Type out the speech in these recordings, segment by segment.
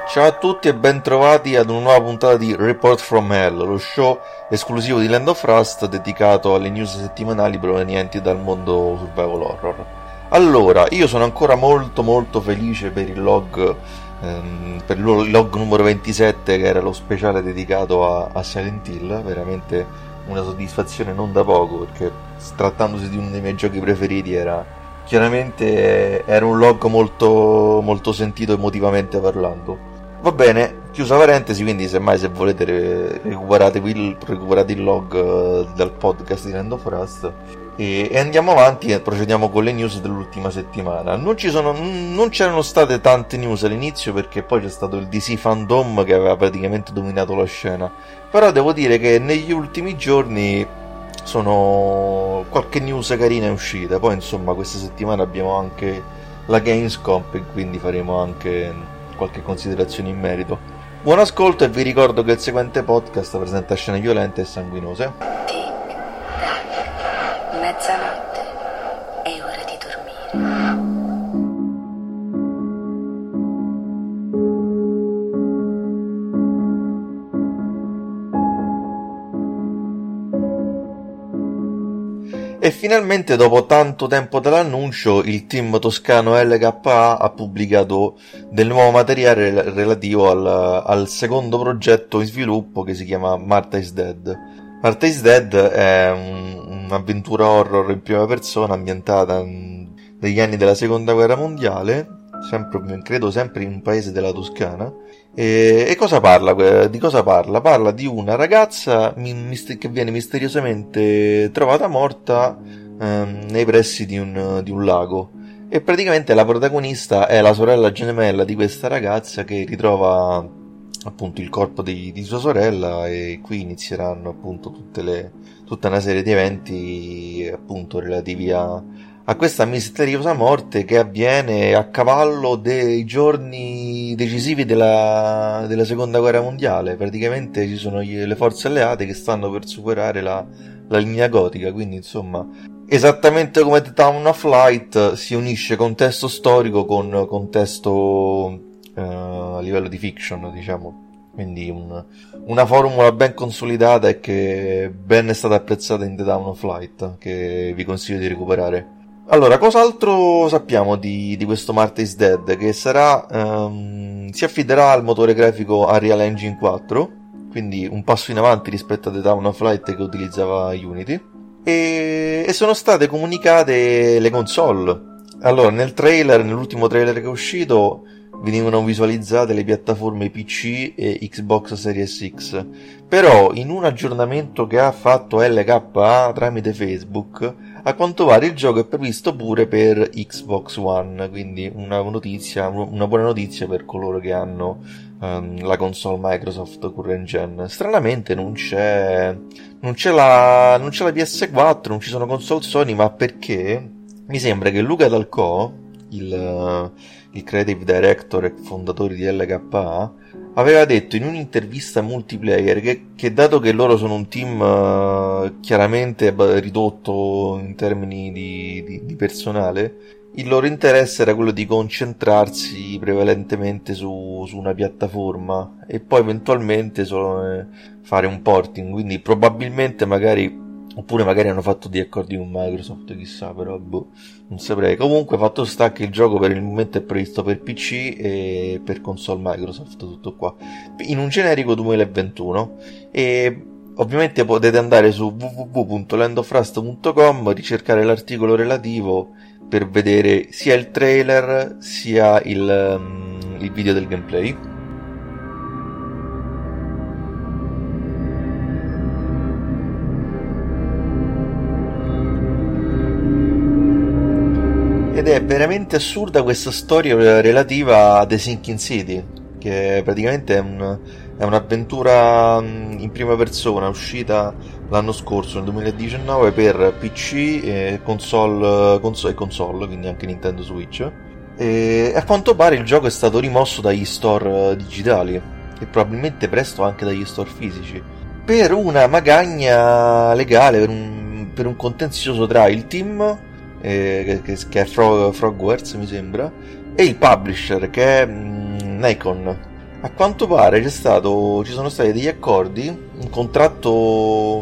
Ciao a tutti e ben trovati ad una nuova puntata di Report from Hell, lo show esclusivo di Land of Rust dedicato alle news settimanali provenienti dal mondo survival horror. Allora, io sono ancora molto felice per il log numero 27, che era lo speciale dedicato a Silent Hill, veramente una soddisfazione non da poco, perché trattandosi di uno dei miei giochi preferiti era un log molto sentito emotivamente parlando. Va bene, chiusa parentesi, quindi se volete recuperate il log dal podcast di Land of Rust e andiamo avanti e procediamo con le news dell'ultima settimana. Non c'erano state tante news all'inizio perché poi c'è stato il DC Fandom che aveva praticamente dominato la scena, però devo dire che negli ultimi giorni qualche news carina è uscita. Poi insomma questa settimana abbiamo anche la Gamescom e quindi faremo anche qualche considerazione in merito. Buon ascolto e vi ricordo che il seguente podcast presenta scene violente e sanguinose. Tic tac, mezzanotte, è ora di dormire. E finalmente, dopo tanto tempo dall'annuncio, il team toscano LKA ha pubblicato del nuovo materiale relativo al secondo progetto in sviluppo che si chiama Martha is Dead. Martha is Dead è un'avventura horror in prima persona ambientata negli anni della seconda guerra mondiale, credo sempre in un paese della Toscana. E cosa parla? Di cosa parla? Parla di una ragazza che viene misteriosamente trovata morta nei pressi di un lago, e praticamente la protagonista è la sorella gemella di questa ragazza che ritrova appunto il corpo di sua sorella, e qui inizieranno appunto tutta una serie di eventi appunto relativi a questa misteriosa morte che avviene a cavallo dei giorni decisivi della seconda guerra mondiale. Praticamente ci sono le forze alleate che stanno per superare la linea gotica, quindi insomma esattamente come The Town of Light si unisce contesto storico con contesto a livello di fiction, diciamo. Quindi una formula ben consolidata e che ben è stata apprezzata in The Town of Light, che vi consiglio di recuperare. Allora, cos'altro sappiamo di questo Martha is Dead? Che si affiderà al motore grafico Unreal Engine 4, quindi un passo in avanti rispetto a The Town of Light che utilizzava Unity, e sono state comunicate le console. Allora, nell'ultimo trailer che è uscito venivano visualizzate le piattaforme PC e Xbox Series X, però in un aggiornamento che ha fatto LKA tramite Facebook, a quanto pare il gioco è previsto pure per Xbox One, quindi una buona notizia per coloro che hanno la console Microsoft current gen. Stranamente non c'è la PS4, non ci sono console Sony, ma perché mi sembra che Luca Dalcò, il creative director e fondatore di LKA, aveva detto in un'intervista multiplayer che dato che loro sono un team chiaramente ridotto in termini di personale, il loro interesse era quello di concentrarsi prevalentemente su una piattaforma e poi eventualmente fare un porting, quindi probabilmente magari hanno fatto degli accordi con Microsoft, chissà, però non saprei. Comunque fatto sta che il gioco per il momento è previsto per PC e per console Microsoft, tutto qua, in un generico 2021, e ovviamente potete andare su www.landofrust.com, ricercare l'articolo relativo per vedere sia il trailer sia il video del gameplay. Ed è veramente assurda questa storia relativa a The Sinking City, che praticamente è un'avventura in prima persona uscita l'anno scorso, nel 2019, per PC e console, quindi anche Nintendo Switch. E a quanto pare il gioco è stato rimosso dagli store digitali e probabilmente presto anche dagli store fisici, per una magagna legale, per un contenzioso tra il team che è Frogwares, mi sembra, e il publisher, che è Nacon, A quanto pare ci sono stati degli accordi, un contratto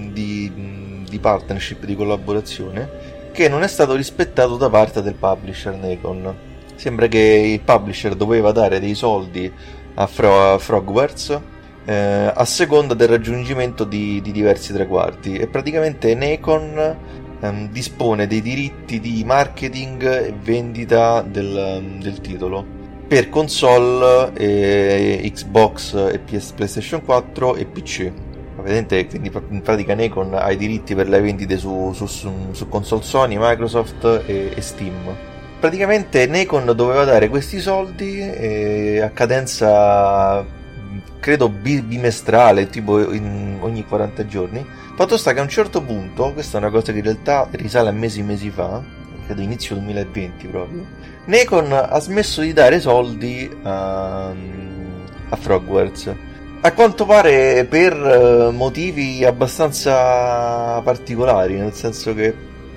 di partnership, di collaborazione, che non è stato rispettato da parte del publisher Nacon. Sembra che il publisher doveva dare dei soldi a Frogwares a seconda del raggiungimento di diversi traguardi, e praticamente Nacon dispone dei diritti di marketing e vendita del titolo per console, Xbox e PlayStation 4 e PC. Vedete, quindi in pratica Nacon ha i diritti per le vendite su console Sony, Microsoft e Steam. Praticamente Nacon doveva dare questi soldi a cadenza, credo bimestrale, tipo ogni 40 giorni. Fatto sta che a un certo punto, questa è una cosa che in realtà risale a mesi fa, credo inizio 2020 proprio, Nacon ha smesso di dare soldi a Frogwares. A quanto pare per motivi abbastanza particolari, nel senso che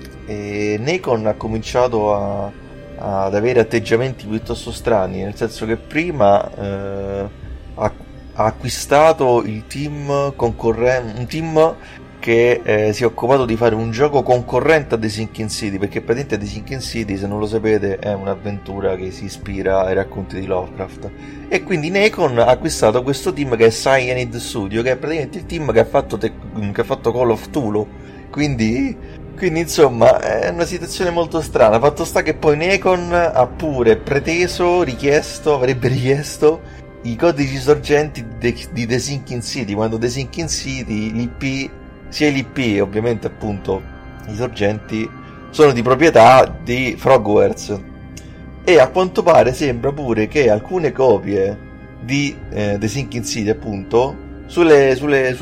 Nacon ha cominciato ad avere atteggiamenti piuttosto strani, nel senso che prima ha acquistato il team un team che si è occupato di fare un gioco concorrente a The Sinking City, perché praticamente The Sinking City, se non lo sapete, è un'avventura che si ispira ai racconti di Lovecraft, e quindi Nacon ha acquistato questo team che è Cyanide Studio, che è praticamente il team che ha fatto Call of Cthulhu, quindi insomma è una situazione molto strana. Fatto sta che poi Nacon ha pure avrebbe richiesto i codici sorgenti di The Sinking City, quando The Sinking City, l'IP, sia l'IP e ovviamente appunto i sorgenti sono di proprietà di Frogwares, e a quanto pare sembra pure che alcune copie di The Sinking City, appunto, sulle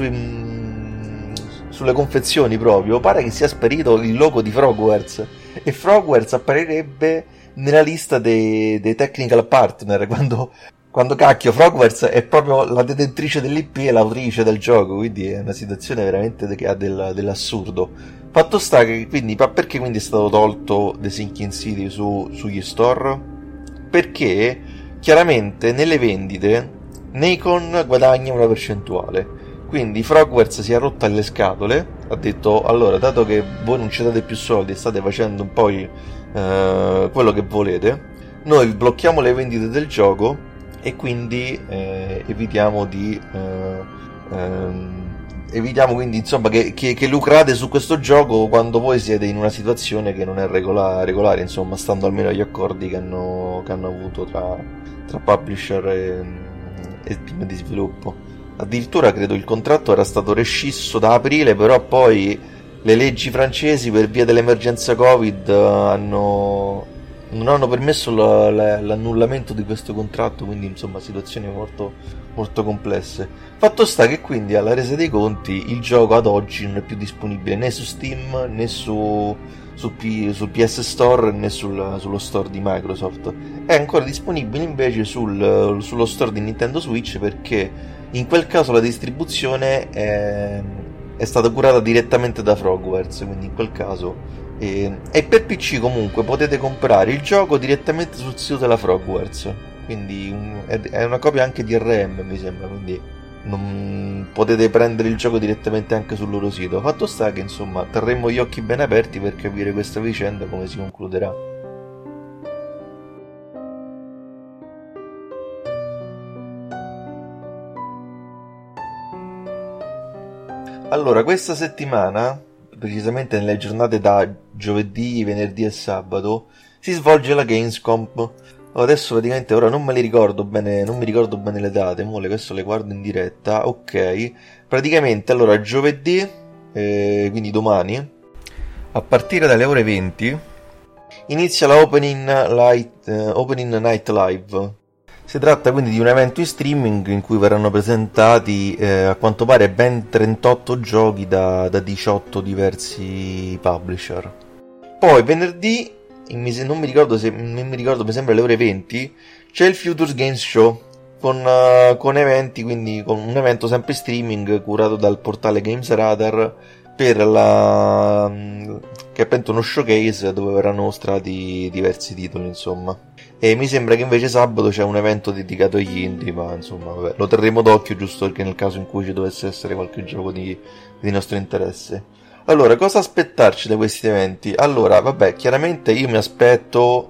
confezioni proprio pare che sia sparito il logo di Frogwares, e Frogwares apparirebbe nella lista dei technical partner, quando cacchio Frogwares è proprio la detentrice dell'IP e l'autrice del gioco, quindi è una situazione veramente che ha dell'assurdo. Fatto sta che quindi, perché quindi è stato tolto The Sinking City sugli store? Perché chiaramente nelle vendite Nacon guadagna una percentuale, quindi Frogwares si è rotta le scatole, ha detto: allora, dato che voi non ci date più soldi e state facendo un po' quello che volete, noi blocchiamo le vendite del gioco e quindi evitiamo quindi insomma che lucrate su questo gioco quando voi siete in una situazione che non è regolare, insomma, stando almeno agli accordi che hanno avuto tra publisher e team di sviluppo. Addirittura credo il contratto era stato rescisso da aprile, però poi le leggi francesi, per via dell'emergenza Covid, non hanno permesso l'annullamento di questo contratto, quindi insomma situazioni molto, molto complesse. Fatto sta che quindi alla resa dei conti il gioco ad oggi non è più disponibile né su Steam né sul PS Store né sullo store di Microsoft. È ancora disponibile invece sullo store di Nintendo Switch, perché in quel caso la distribuzione è stata curata direttamente da Frogwares, quindi in quel caso e per PC comunque potete comprare il gioco direttamente sul sito della Frogwares, quindi è una copia anche di DRM, mi sembra, quindi non potete prendere il gioco direttamente anche sul loro sito. Fatto sta che insomma terremo gli occhi ben aperti per capire questa vicenda come si concluderà. Allora, questa settimana, precisamente nelle giornate da giovedì, venerdì e sabato, si svolge la Gamescom. Adesso praticamente ora non mi ricordo bene le date, adesso le guardo in diretta. Ok, praticamente allora giovedì, quindi domani, a partire dalle ore 20 inizia la Opening Night Live. Si tratta quindi di un evento in streaming in cui verranno presentati a quanto pare ben 38 giochi da 18 diversi publisher. Poi venerdì, non mi ricordo, mi sembra alle ore 20, c'è il Futures Games Show con eventi, quindi con un evento sempre streaming curato dal portale Games Radar che è appunto uno showcase dove verranno mostrati diversi titoli, insomma. e mi sembra che invece sabato c'è un evento dedicato agli indie, ma insomma vabbè, lo terremo d'occhio giusto perché nel caso in cui ci dovesse essere qualche gioco di nostro interesse. Allora, cosa aspettarci da questi eventi? Allora, vabbè, chiaramente io mi aspetto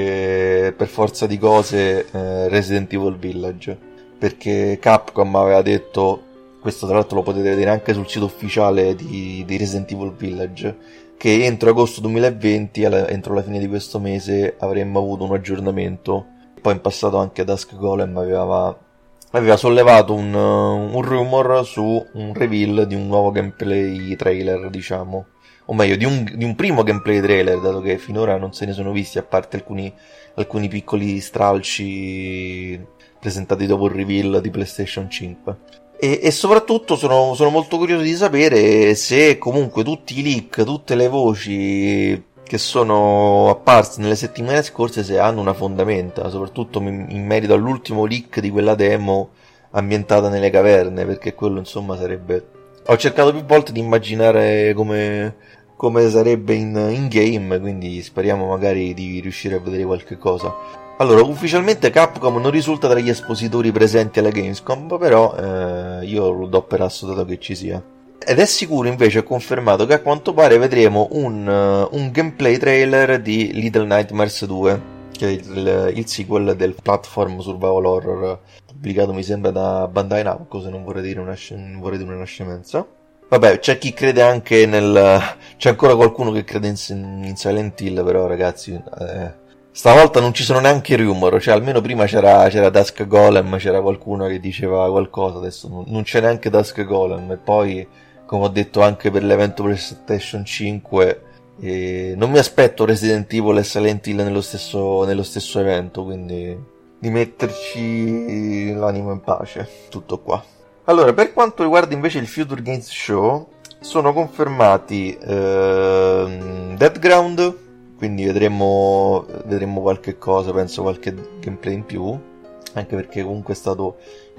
per forza di cose Resident Evil Village, perché Capcom aveva detto, questo tra l'altro lo potete vedere anche sul sito ufficiale di Resident Evil Village, che entro agosto 2020, entro la fine di questo mese, avremmo avuto un aggiornamento. Poi in passato anche Dusk Golem aveva sollevato un rumor su un reveal di un nuovo gameplay trailer, diciamo, o meglio di un primo gameplay trailer, dato che finora non se ne sono visti, a parte alcuni piccoli stralci presentati dopo il reveal di PlayStation 5. E soprattutto sono molto curioso di sapere se comunque tutti i leak, tutte le voci che sono apparse nelle settimane scorse, se hanno una fondamenta, soprattutto in merito all'ultimo leak di quella demo ambientata nelle caverne, perché quello insomma sarebbe... Ho cercato più volte di immaginare come sarebbe in game, quindi speriamo magari di riuscire a vedere qualche cosa. Allora, ufficialmente Capcom non risulta tra gli espositori presenti alla Gamescom, però io lo do per assodato che ci sia. Ed è sicuro invece, è confermato, che a quanto pare vedremo un gameplay trailer di Little Nightmares 2, che è il sequel del platform survival horror pubblicato mi sembra da Bandai Namco, se non vorrei dire una scemenza. Vabbè, c'è chi crede anche c'è ancora qualcuno che crede in Silent Hill, però ragazzi... Stavolta non ci sono neanche rumor, cioè almeno prima c'era Dusk Golem, c'era qualcuno che diceva qualcosa, adesso non c'è neanche Dusk Golem. E poi, come ho detto anche per l'evento PlayStation 5, non mi aspetto Resident Evil e Silent Hill nello stesso evento, quindi di metterci l'animo in pace, tutto qua. Allora, per quanto riguarda invece il Future Games Show, sono confermati Deadground, quindi vedremo qualche cosa, penso qualche gameplay in più, anche perché comunque è stato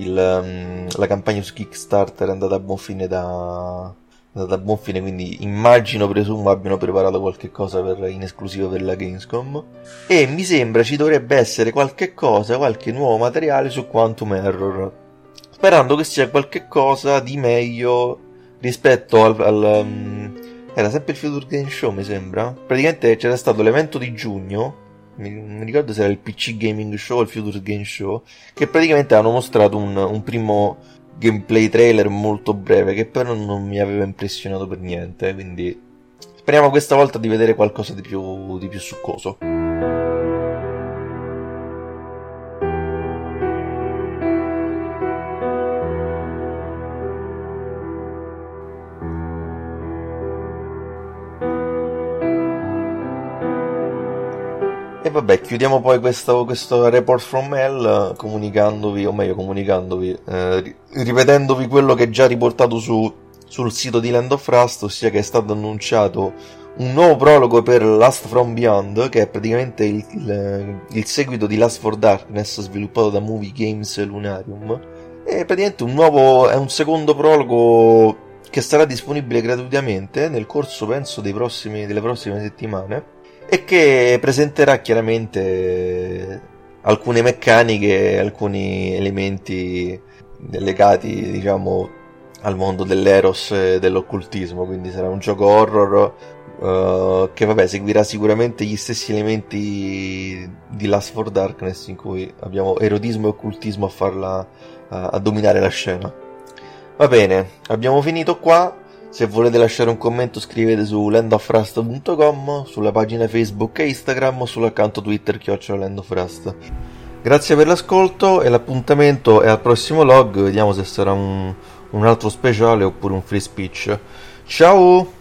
la campagna su Kickstarter è andata a buon fine quindi presumo abbiano preparato qualche cosa in esclusiva per la Gamescom, e mi sembra ci dovrebbe essere qualche nuovo materiale su Quantum Error, sperando che sia qualche cosa di meglio rispetto era sempre il Future Game Show, mi sembra. Praticamente c'era stato l'evento di giugno, mi ricordo se era il PC Gaming Show o il Future Game Show, che praticamente hanno mostrato un primo gameplay trailer molto breve, che però non mi aveva impressionato per niente, quindi speriamo questa volta di vedere qualcosa di più succoso. E vabbè, chiudiamo poi questo report from hell ripetendovi quello che è già riportato sul sito di Land of Rust, ossia che è stato annunciato un nuovo prologo per Last from Beyond, che è praticamente il seguito di Last for Darkness sviluppato da Movie Games Lunarium. E praticamente è un secondo prologo che sarà disponibile gratuitamente nel corso, penso, delle prossime settimane, e che presenterà chiaramente alcune meccaniche, alcuni elementi legati, diciamo, al mondo dell'Eros e dell'occultismo, quindi sarà un gioco horror che vabbè seguirà sicuramente gli stessi elementi di Last for Darkness, in cui abbiamo erotismo e occultismo a dominare la scena. Va bene, abbiamo finito qua. Se volete lasciare un commento scrivete su landofrust.com, sulla pagina Facebook e Instagram o sull'account Twitter @landofrust. Grazie per l'ascolto e l'appuntamento è al prossimo log, vediamo se sarà un altro speciale oppure un free speech. Ciao!